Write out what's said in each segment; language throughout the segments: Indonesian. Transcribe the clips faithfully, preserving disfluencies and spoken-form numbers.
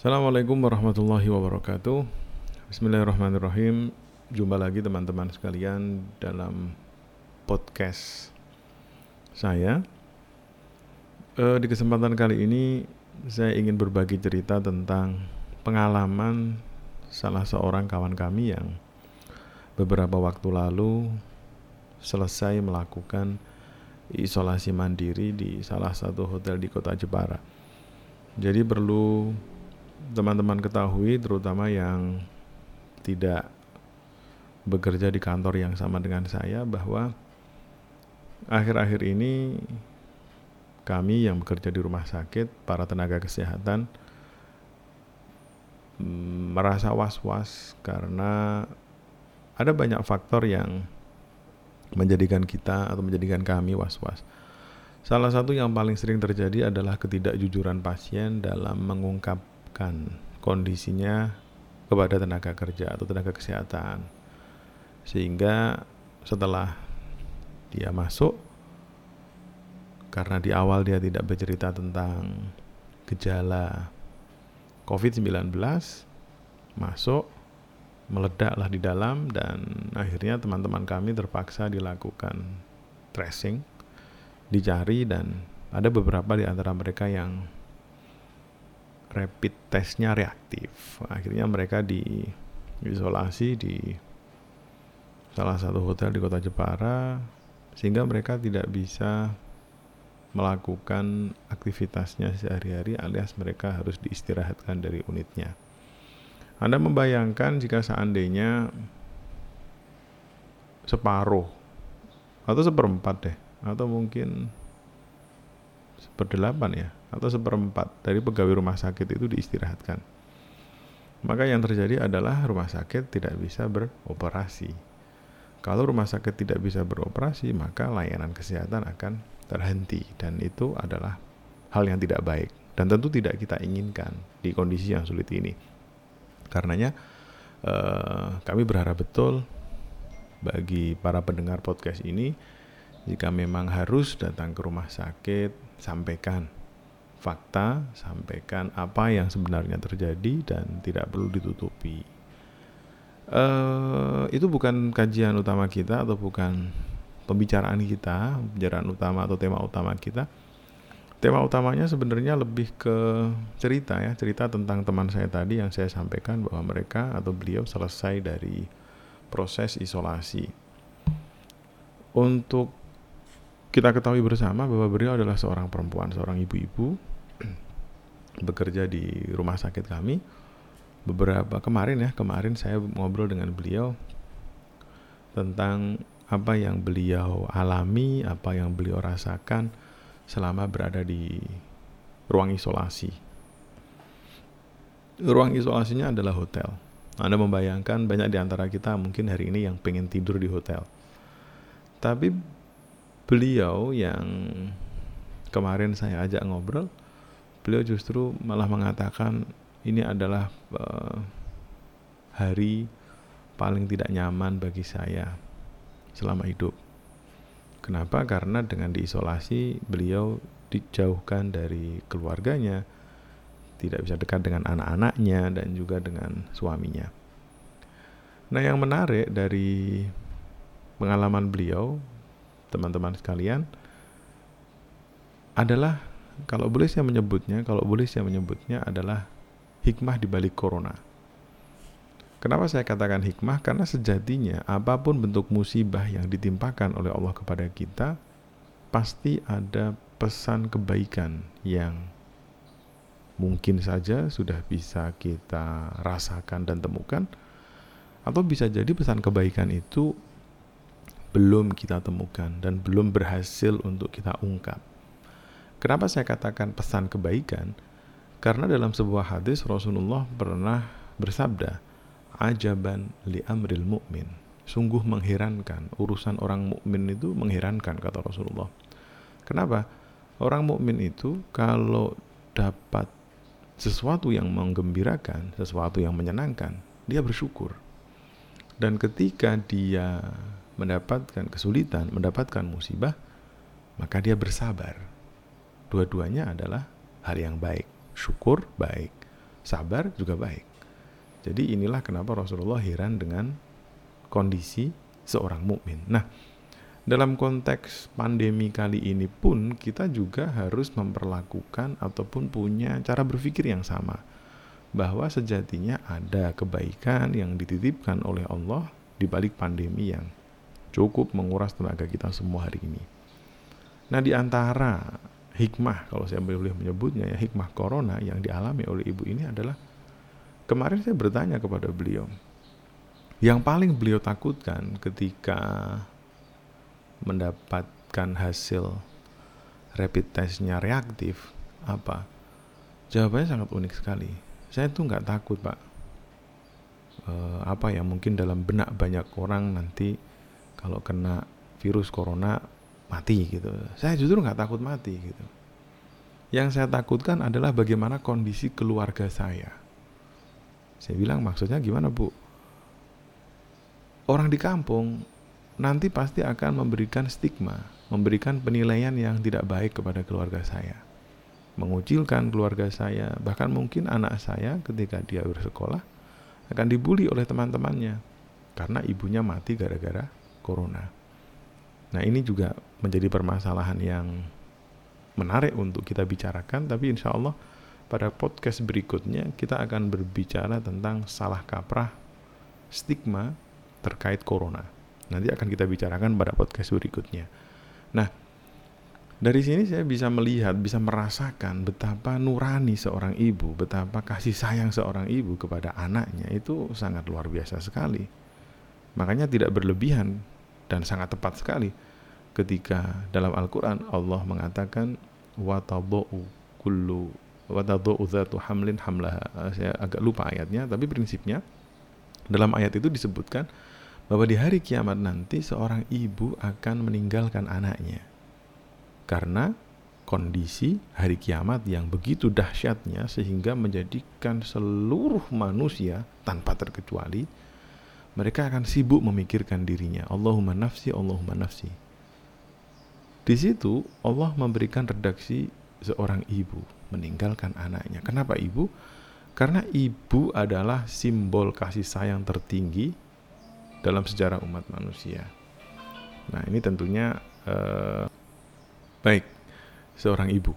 Assalamualaikum warahmatullahi wabarakatuh. Bismillahirrahmanirrahim. Jumpa lagi teman-teman sekalian dalam podcast saya. e, Di kesempatan kali ini saya ingin berbagi cerita tentang pengalaman salah seorang kawan kami yang beberapa waktu lalu selesai melakukan isolasi mandiri di salah satu hotel di kota Jepara. Jadi perlu teman-teman ketahui, terutama yang tidak bekerja di kantor yang sama dengan saya, bahwa akhir-akhir ini kami yang bekerja di rumah sakit, para tenaga kesehatan, merasa was-was karena ada banyak faktor yang menjadikan kita atau menjadikan kami was-was. Salah satu yang paling sering terjadi adalah ketidakjujuran pasien dalam mengungkap kondisinya kepada tenaga kerja atau tenaga kesehatan, sehingga setelah dia masuk, karena di awal dia tidak bercerita tentang gejala covid sembilan belas, masuk meledaklah di dalam, dan akhirnya teman-teman kami terpaksa dilakukan tracing, dicari, dan ada beberapa di antara mereka yang rapid testnya reaktif. Akhirnya mereka diisolasi di salah satu hotel di kota Jepara, sehingga mereka tidak bisa melakukan aktivitasnya sehari-hari, alias mereka harus diistirahatkan dari unitnya. Anda membayangkan jika seandainya separuh atau seperempat deh, atau mungkin seperdelapan ya, atau seperempat dari pegawai rumah sakit itu diistirahatkan, maka yang terjadi adalah rumah sakit tidak bisa beroperasi. Kalau rumah sakit tidak bisa beroperasi, maka layanan kesehatan akan terhenti, dan itu adalah hal yang tidak baik dan tentu tidak kita inginkan di kondisi yang sulit ini. Karenanya eh, kami berharap betul bagi para pendengar podcast ini, jika memang harus datang ke rumah sakit, sampaikan fakta, sampaikan apa yang sebenarnya terjadi dan tidak perlu ditutupi. Uh, itu bukan kajian utama kita atau bukan pembicaraan kita, pembicaraan utama atau tema utama kita. Tema utamanya sebenarnya lebih ke cerita ya, cerita tentang teman saya tadi yang saya sampaikan bahwa mereka atau beliau selesai dari proses isolasi. Untuk kita ketahui bersama bahwa beliau adalah seorang perempuan, seorang ibu-ibu, bekerja di rumah sakit kami. Beberapa kemarin ya, kemarin saya ngobrol dengan beliau tentang apa yang beliau alami, apa yang beliau rasakan selama berada di ruang isolasi. Ruang isolasinya adalah hotel. Anda membayangkan banyak di antara kita mungkin hari ini yang pengen tidur di hotel. Tapi beliau yang kemarin saya ajak ngobrol, beliau justru malah mengatakan ini adalah uh, hari paling tidak nyaman bagi saya selama hidup. Kenapa? Karena dengan diisolasi beliau dijauhkan dari keluarganya, tidak bisa dekat dengan anak-anaknya dan juga dengan suaminya. Nah, yang menarik dari pengalaman beliau, teman-teman sekalian, adalah kalau boleh saya menyebutnya, kalau boleh saya menyebutnya adalah hikmah di balik corona. Kenapa saya katakan hikmah? Karena sejatinya apapun bentuk musibah yang ditimpakan oleh Allah kepada kita, pasti ada pesan kebaikan yang mungkin saja sudah bisa kita rasakan dan temukan, atau bisa jadi pesan kebaikan itu belum kita temukan dan belum berhasil untuk kita ungkap. Kenapa saya katakan pesan kebaikan? Karena dalam sebuah hadis Rasulullah pernah bersabda, ajaban li amril mu'min. Sungguh mengherankan, urusan orang mukmin itu mengherankan, kata Rasulullah. Kenapa? Orang mukmin itu kalau dapat sesuatu yang menggembirakan, sesuatu yang menyenangkan, dia bersyukur. Dan ketika dia mendapatkan kesulitan, mendapatkan musibah, maka dia bersabar. Dua-duanya adalah hal yang baik. Syukur baik, sabar juga baik. Jadi inilah kenapa Rasulullah heran dengan kondisi seorang mukmin. Nah, dalam konteks pandemi kali ini pun kita juga harus memperlakukan ataupun punya cara berpikir yang sama, bahwa sejatinya ada kebaikan yang dititipkan oleh Allah di balik pandemi yang cukup menguras tenaga kita semua hari ini. Nah, di antara hikmah, kalau saya boleh menyebutnya ya, hikmah corona yang dialami oleh ibu ini adalah, kemarin saya bertanya kepada beliau, yang paling beliau takutkan ketika mendapatkan hasil rapid testnya reaktif apa? Jawabannya sangat unik sekali. Saya tuh nggak takut, Pak. E, apa ya, mungkin dalam benak banyak orang nanti kalau kena virus corona mati gitu. Saya justru nggak takut mati gitu. Yang saya takutkan adalah bagaimana kondisi keluarga saya. Saya bilang, maksudnya gimana, Bu? Orang di kampung nanti pasti akan memberikan stigma, memberikan penilaian yang tidak baik kepada keluarga saya, mengucilkan keluarga saya, bahkan mungkin anak saya ketika dia bersekolah akan dibully oleh teman-temannya karena ibunya mati gara-gara corona. Nah, ini juga menjadi permasalahan yang menarik untuk kita bicarakan, tapi insya Allah pada podcast berikutnya kita akan berbicara tentang salah kaprah stigma terkait corona. Nanti akan kita bicarakan pada podcast berikutnya. Nah, dari sini saya bisa melihat, bisa merasakan betapa nurani seorang ibu, betapa kasih sayang seorang ibu kepada anaknya itu sangat luar biasa sekali. Makanya tidak berlebihan dan sangat tepat sekali ketika dalam Al-Quran Allah mengatakan watadau kullu watadau dzatu hamlin hamlaha. Saya agak lupa ayatnya, tapi prinsipnya dalam ayat itu disebutkan bahwa di hari kiamat nanti seorang ibu akan meninggalkan anaknya karena kondisi hari kiamat yang begitu dahsyatnya sehingga menjadikan seluruh manusia tanpa terkecuali mereka akan sibuk memikirkan dirinya. Allahumma nafsi, Allahumma nafsi. Di situ Allah memberikan redaksi seorang ibu meninggalkan anaknya. Kenapa ibu? Karena ibu adalah simbol kasih sayang tertinggi dalam sejarah umat manusia. Nah, ini tentunya eh, baik seorang ibu.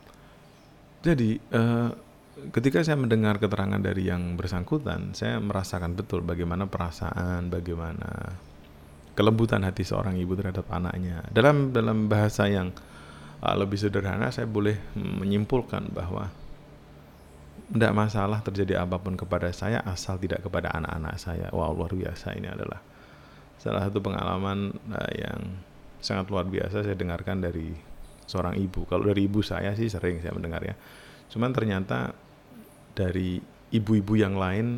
Jadi eh, ketika saya mendengar keterangan dari yang bersangkutan, saya merasakan betul bagaimana perasaan, bagaimana kelembutan hati seorang ibu terhadap anaknya. Dalam dalam bahasa yang uh, lebih sederhana, saya boleh menyimpulkan bahwa tidak masalah terjadi apapun kepada saya asal tidak kepada anak-anak saya. Wah, luar biasa. Ini adalah salah satu pengalaman uh, yang sangat luar biasa saya dengarkan dari seorang ibu. Kalau dari ibu saya sih sering saya mendengarnya. Cuman ternyata dari ibu-ibu yang lain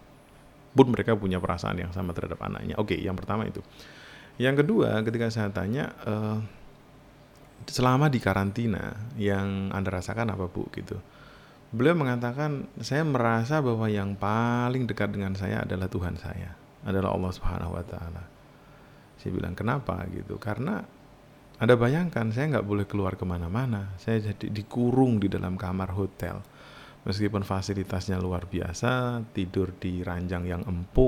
pun mereka punya perasaan yang sama terhadap anaknya. Oke, yang pertama itu. Yang kedua, ketika saya tanya, uh, selama di karantina yang Anda rasakan apa, Bu? Gitu. Beliau mengatakan, saya merasa bahwa yang paling dekat dengan saya adalah Tuhan saya, adalah Allah Subhanahu Wa Taala. Saya bilang, kenapa? Gitu. Karena Anda bayangkan, saya nggak boleh keluar kemana-mana. Saya jadi dikurung di dalam kamar hotel. Meskipun fasilitasnya luar biasa, tidur di ranjang yang empuk,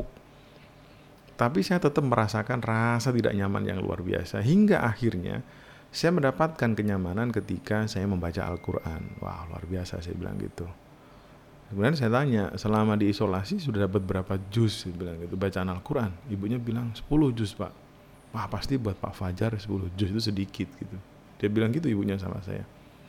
tapi saya tetap merasakan rasa tidak nyaman yang luar biasa. Hingga akhirnya saya mendapatkan kenyamanan ketika saya membaca Al-Quran. Wah, luar biasa, saya bilang gitu. Kemudian saya tanya, selama diisolasi sudah dapat berapa juz? Saya bilang gitu, bacaan Al-Quran. Ibunya bilang sepuluh juz, Pak. Wah, pasti buat Pak Fajar sepuluh juz itu sedikit gitu. Dia bilang gitu ibunya sama saya.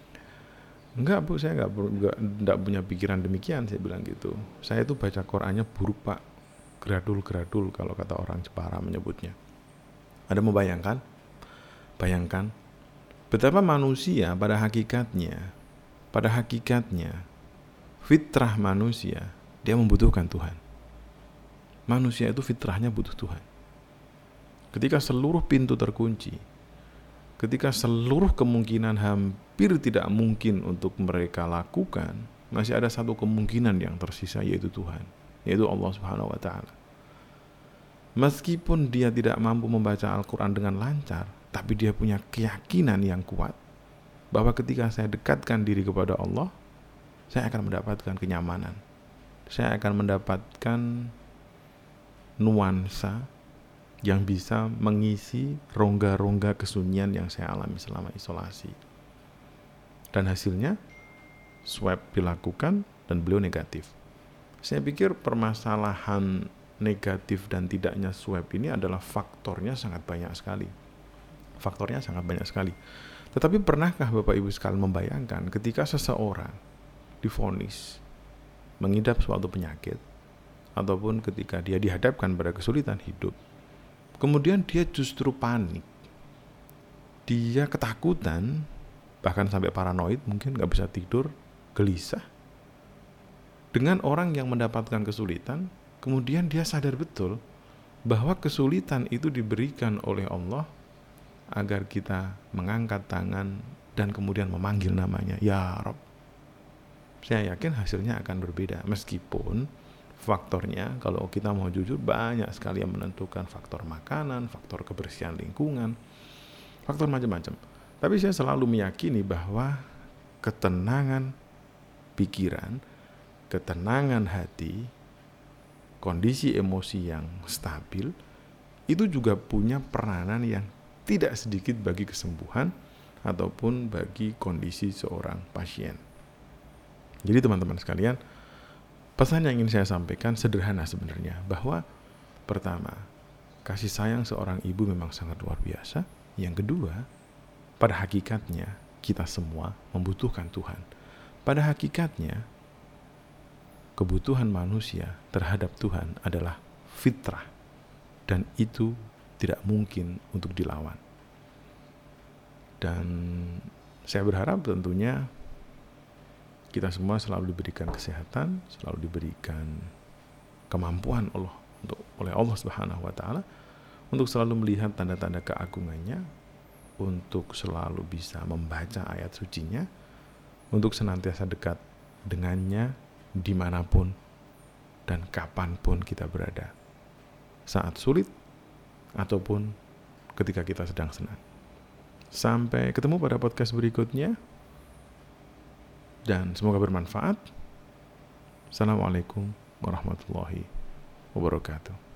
Enggak, Bu, saya enggak, enggak, enggak punya pikiran demikian, saya bilang gitu. Saya tuh baca Qur'annya buruk, Pak. Gradul-gradul kalau kata orang Jepara menyebutnya. Ada mau bayangkan? Bayangkan betapa manusia pada hakikatnya, pada hakikatnya fitrah manusia, dia membutuhkan Tuhan. Manusia itu fitrahnya butuh Tuhan. Ketika seluruh pintu terkunci, ketika seluruh kemungkinan hampir tidak mungkin untuk mereka lakukan, masih ada satu kemungkinan yang tersisa, yaitu Tuhan, yaitu Allah Subhanahu Wa Taala. Meskipun dia tidak mampu membaca Al-Quran dengan lancar, tapi dia punya keyakinan yang kuat bahwa ketika saya dekatkan diri kepada Allah, saya akan mendapatkan kenyamanan. saya akan mendapatkan nuansa yang bisa mengisi rongga-rongga kesunyian yang saya alami selama isolasi. Dan hasilnya, swab dilakukan dan beliau negatif. Saya pikir permasalahan negatif dan tidaknya swab ini adalah faktornya sangat banyak sekali. Faktornya sangat banyak sekali. Tetapi pernahkah Bapak Ibu sekalian membayangkan ketika seseorang divonis mengidap suatu penyakit, ataupun ketika dia dihadapkan pada kesulitan hidup, kemudian dia justru panik, dia ketakutan, bahkan sampai paranoid, mungkin gak bisa tidur, gelisah. Dengan orang yang mendapatkan kesulitan, kemudian dia sadar betul bahwa kesulitan itu diberikan oleh Allah agar kita mengangkat tangan dan kemudian memanggil namanya, Ya Rabb. Saya yakin hasilnya akan berbeda, meskipun faktornya, kalau kita mau jujur, banyak sekali yang menentukan, faktor makanan, faktor kebersihan lingkungan, faktor macam-macam. Tapi saya selalu meyakini bahwa ketenangan pikiran, ketenangan hati, kondisi emosi yang stabil, itu juga punya peranan yang tidak sedikit bagi kesembuhan ataupun bagi kondisi seorang pasien. Jadi teman-teman sekalian, pesan yang ingin saya sampaikan sederhana sebenarnya, bahwa pertama, kasih sayang seorang ibu memang sangat luar biasa. Yang kedua, pada hakikatnya kita semua membutuhkan Tuhan. Pada hakikatnya, kebutuhan manusia terhadap Tuhan adalah fitrah, dan itu tidak mungkin untuk dilawan. Dan saya berharap tentunya kita semua selalu diberikan kesehatan, selalu diberikan kemampuan Allah untuk oleh Allah Subhanahu wa taala untuk selalu melihat tanda-tanda keagungannya, untuk selalu bisa membaca ayat sucinya, untuk senantiasa dekat dengannya dimanapun dan kapanpun kita berada, saat sulit ataupun ketika kita sedang senang. Sampai ketemu pada podcast berikutnya, dan semoga bermanfaat. Assalamualaikum warahmatullahi wabarakatuh.